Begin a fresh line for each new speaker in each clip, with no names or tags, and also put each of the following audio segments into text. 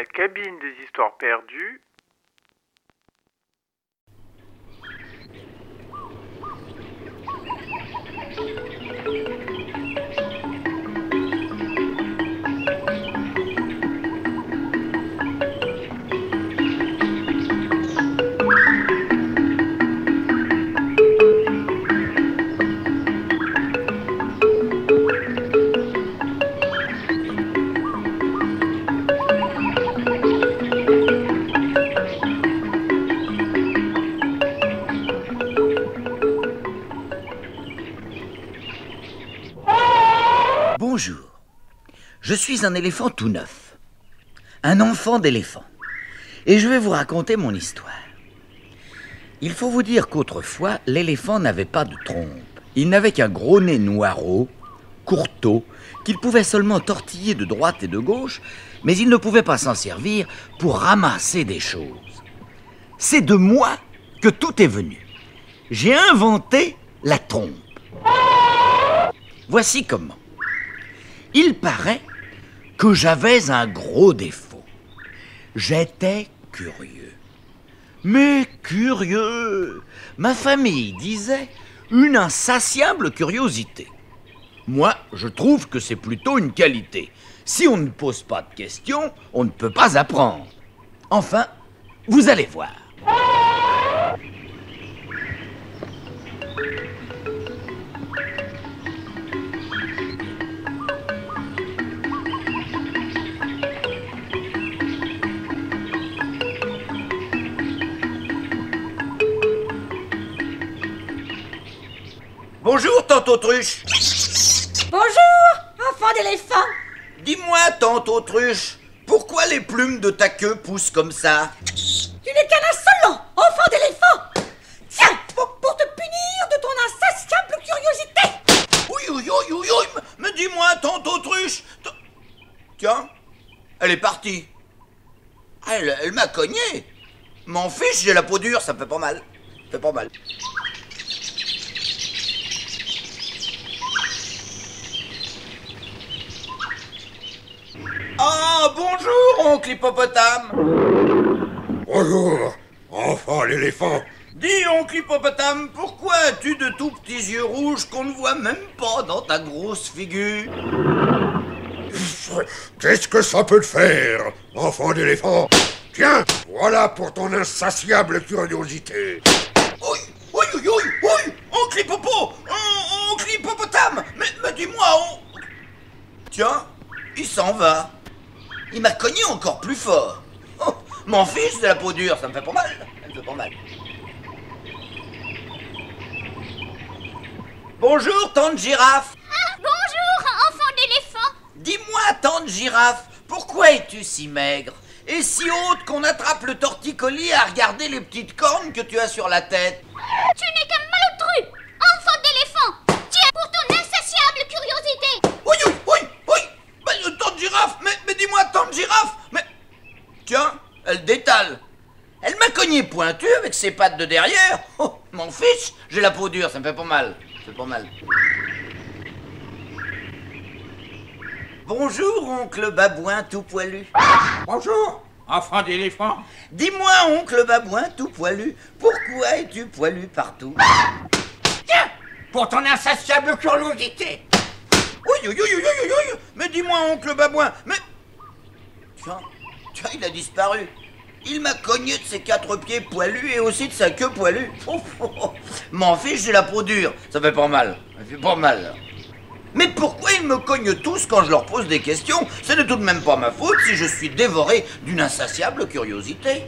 la cabine des histoires perdues.
Bonjour, je suis un éléphant tout neuf, un enfant d'éléphant, et je vais vous raconter mon histoire. Il faut vous dire qu'autrefois, l'éléphant n'avait pas de trompe. Il n'avait qu'un gros nez noireau, courteau, qu'il pouvait seulement tortiller de droite et de gauche, mais il ne pouvait pas s'en servir pour ramasser des choses. C'est de moi que tout est venu. J'ai inventé la trompe. Voici comment. Il paraît que j'avais un gros défaut. J'étais curieux. Mais curieux! Ma famille disait une insatiable curiosité. Moi, je trouve que c'est plutôt une qualité. Si on ne pose pas de questions, on ne peut pas apprendre. Enfin, vous allez voir. Bonjour, tante Autruche.
Bonjour, enfant d'éléphant.
Dis-moi, tante Autruche, pourquoi les plumes de ta queue poussent comme ça?
Tu n'es qu'un insolent, enfant d'éléphant. Tiens, pour te punir de ton insatiable curiosité.
Oui, mais dis-moi, tante Autruche. Tiens, elle est partie. Elle m'a cogné. M'en fiche, j'ai la peau dure, ça me fait pas mal. Ça fait pas mal. Ah, bonjour, oncle Hippopotame.
Bonjour, enfant l'éléphant.
Dis, oncle Hippopotame, pourquoi as-tu de tout petits yeux rouges qu'on ne voit même pas dans ta grosse figure?
Qu'est-ce que ça peut te faire, enfant d'éléphant? Tiens, voilà pour ton insatiable curiosité.
Oui, oncle Hippopo, oncle Hippopotame, mais dis-moi, Tiens, il s'en va. Il m'a cogné encore plus fort. Oh, m'en fiche de la peau dure, ça me fait pas mal. Ça me fait pas mal. Bonjour, tante girafe.
Ah, bonjour, enfant d'éléphant.
Dis-moi, tante girafe, pourquoi es-tu si maigre et si haute qu'on attrape le torticolis à regarder les petites cornes que tu as sur la tête?
Tu n'es qu'un malotru, enfant d'éléphant. Tiens, pour ton insatiable curiosité.
Oui. Tante girafe, mais dis-moi, tante girafe, mais... Tiens, elle détale. Elle m'a cogné pointu avec ses pattes de derrière. Oh, m'en fiche, j'ai la peau dure, ça me fait pas mal. C'est pas mal. Bonjour, oncle Babouin tout poilu.
Bonjour, enfant d'éléphant.
Dis-moi, oncle Babouin tout poilu, pourquoi es-tu poilu partout?
Tiens, pour ton insatiable curiosité.
Oui, mais dis-moi, oncle Babouin, mais... Tiens, il a disparu. Il m'a cogné de ses 4 pieds poilus et aussi de sa queue poilue. M'en fiche, j'ai la peau dure, ça fait pas mal. Ça fait pas mal. Mais pourquoi ils me cognent tous quand je leur pose des questions? Ce n'est tout de même pas ma faute si je suis dévoré d'une insatiable curiosité.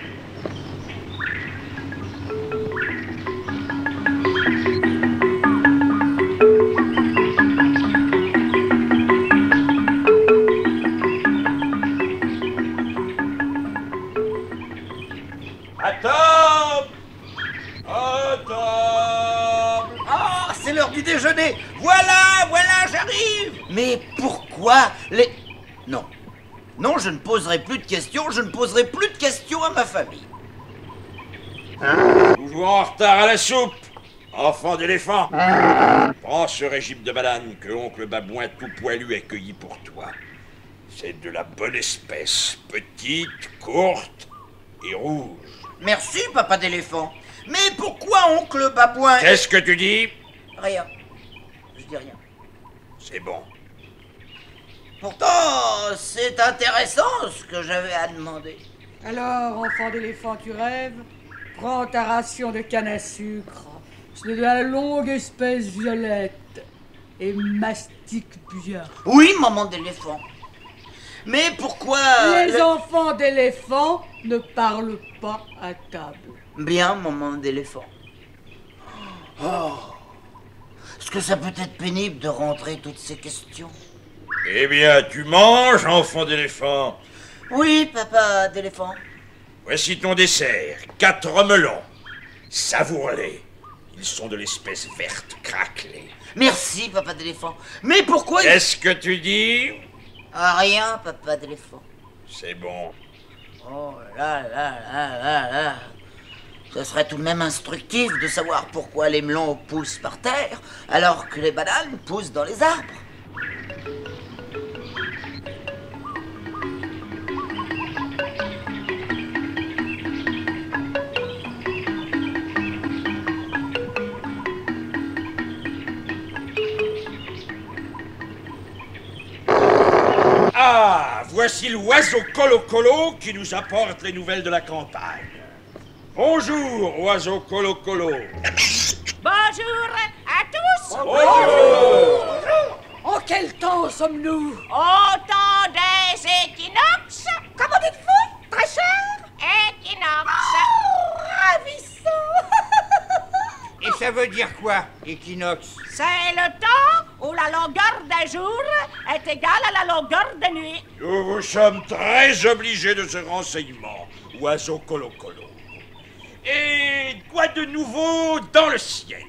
Ah, c'est l'heure du déjeuner. Voilà, j'arrive. Mais pourquoi les... Non, je ne poserai plus de questions, je ne poserai plus de questions à ma famille.
Toujours en retard à la soupe, enfant d'éléphant. Prends ce régime de banane que oncle Babouin tout poilu a cueilli pour toi. C'est de la bonne espèce, petite, courte et rouge.
Merci, papa d'éléphant. Mais pourquoi oncle Babouin...
Qu'est-ce que tu dis?
Rien. Je dis rien.
C'est bon.
Pourtant, c'est intéressant ce que j'avais à demander.
Alors, enfant d'éléphant, tu rêves? Prends ta ration de canne à sucre. C'est de la longue espèce violette. Et mastique bien.
Oui, maman d'éléphant. Mais pourquoi...
Les enfants d'éléphant ne parlent pas à table.
Bien, maman d'éléphant. Oh. Est-ce que ça peut être pénible de rentrer toutes ces questions?
Eh bien, tu manges, enfant d'éléphant.
Oui, papa d'éléphant.
Voici ton dessert. 4 melons. Savoure-les. Ils sont de l'espèce verte craquelée.
Merci, papa d'éléphant. Mais pourquoi...
Qu'est-ce que tu dis?
Ah, rien, papa d'éléphant.
C'est bon.
Oh là là là là là. Ce serait tout de même instructif de savoir pourquoi les melons poussent par terre alors que les bananes poussent dans les arbres.
Ah, voici l'oiseau Colo-Colo qui nous apporte les nouvelles de la campagne. Bonjour, oiseau Colo-Colo.
Bonjour à tous.
Bonjour.
En quel temps sommes-nous?
Au temps des équinoxes.
Comment dites-vous? Très cher?
Équinoxe.
Ravissant!
Et ça veut dire quoi, équinoxe?
C'est le temps où la longueur des jours est égale à la longueur des nuits.
Nous vous sommes très obligés de ce renseignement, oiseau Colo-Colo. Et quoi de nouveau dans le ciel?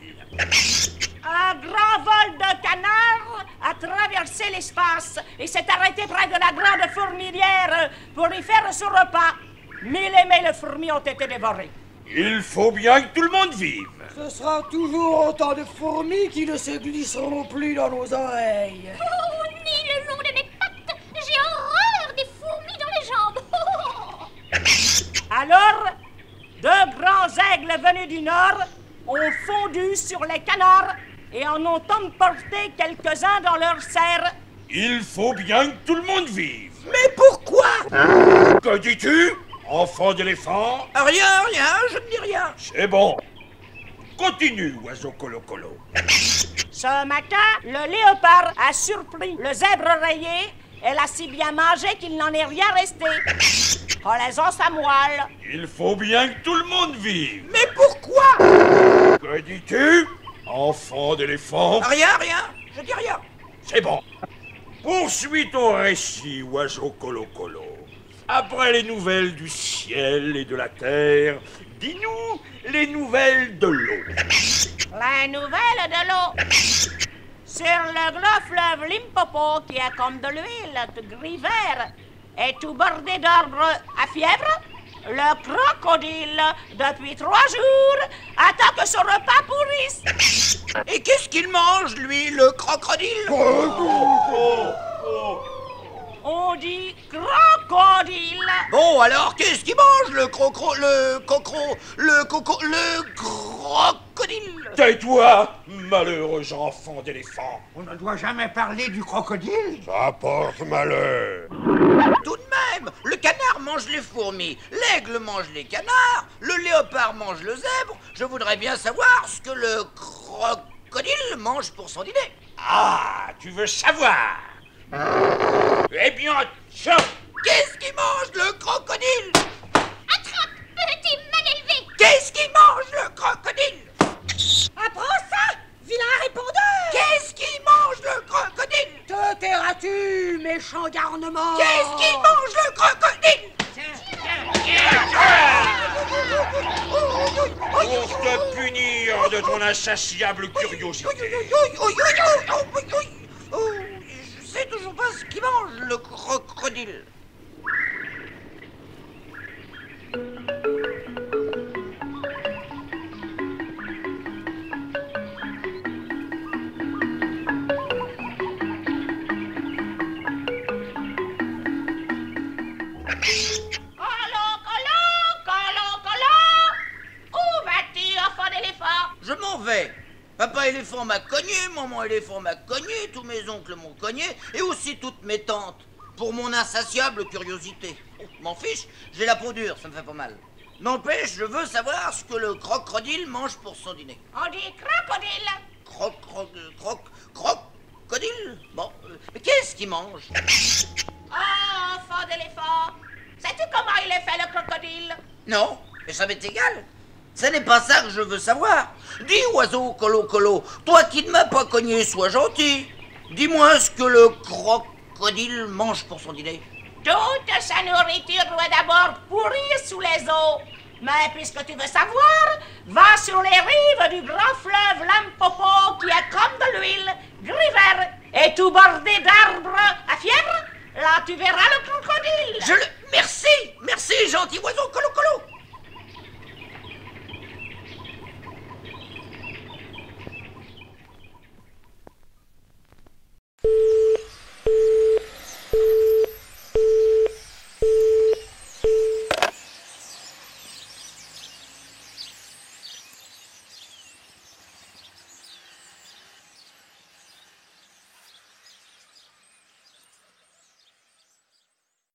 Un grand vol de canards a traversé l'espace et s'est arrêté près de la grande fourmilière pour y faire son repas. 1000 et 1000 fourmis ont été dévorées.
Il faut bien que tout le monde vive.
Ce sera toujours autant de fourmis qui ne se glisseront plus dans nos oreilles.
Oh, ni le long de mes pattes. J'ai horreur des fourmis dans les jambes.
Alors, 2 grands aigles venus du nord ont fondu sur les canards et en ont emporté quelques-uns dans leur serre.
Il faut bien que tout le monde vive.
Mais pourquoi?
Que dis-tu, enfant d'éléphant?
Rien, je ne dis rien.
C'est bon. Continue, oiseau Colo-Colo.
Ce matin, le léopard a surpris le zèbre rayé et l'a si bien mangé qu'il n'en est rien resté. Relaison sa moelle.
Il faut bien que tout le monde vive.
Mais pourquoi?
Que dis-tu, enfant d'éléphant?
Rien, je dis rien.
C'est bon. Poursuis ton récit, oiseau Colo-Colo. Après les nouvelles du ciel et de la terre, dis-nous les nouvelles de l'eau.
La nouvelle de l'eau. Sur le gros fleuve Limpopo, qui est comme de l'huile, tout gris vert, et tout bordé d'arbres à fièvre, le crocodile, depuis 3 jours, attend que son repas pourrisse.
Et qu'est-ce qu'il mange, lui, le crocodile?
On dit crocodile.
Bon, alors, qu'est-ce qu'il mange, le crocodile?
Tais-toi, malheureux enfant d'éléphant.
On ne doit jamais parler du crocodile.
Ça porte malheur.
Tout de même, le canard mange les fourmis, l'aigle mange les canards, le léopard mange le zèbre. Je voudrais bien savoir ce que le crocodile mange pour son dîner.
Ah, tu veux savoir? Eh bien, tiens.
Qu'est-ce qu'il mange, le crocodile?
Attrape, petit mal élevé.
Qu'est-ce qu'il mange, le crocodile?
Apprends ça, vilain répondeur!
Qu'est-ce qu'il mange, le crocodile?
Te tairas-tu, méchant garnement?
Qu'est-ce qu'il mange, le crocodile?
Pour te punir de ton insatiable curiosité.
Je sais toujours pas ce qu'il mange, le crocodile.
Où vas-tu, enfant d'éléphant?
Je m'en vais. Papa éléphant m'a cogné, maman éléphant m'a cogné, tous mes oncles m'ont cogné, et aussi toutes mes tantes, pour mon insatiable curiosité. M'en fiche, j'ai la peau dure, ça me fait pas mal. N'empêche, je veux savoir ce que le crocodile mange pour son dîner.
On dit crocodile.
Crocodile? Bon, mais qu'est-ce qu'il mange?
Oh, enfant d'éléphant, sais-tu comment il est fait le crocodile?
Non, mais ça m'est égal. Ce n'est pas ça que je veux savoir. Dis, oiseau colo, toi qui ne m'as pas cogné, sois gentil. Dis-moi ce que le crocodile mange pour son dîner.
Toute sa nourriture doit d'abord pourrir sous les eaux. Mais puisque tu veux savoir, va sur les rives du grand fleuve Limpopo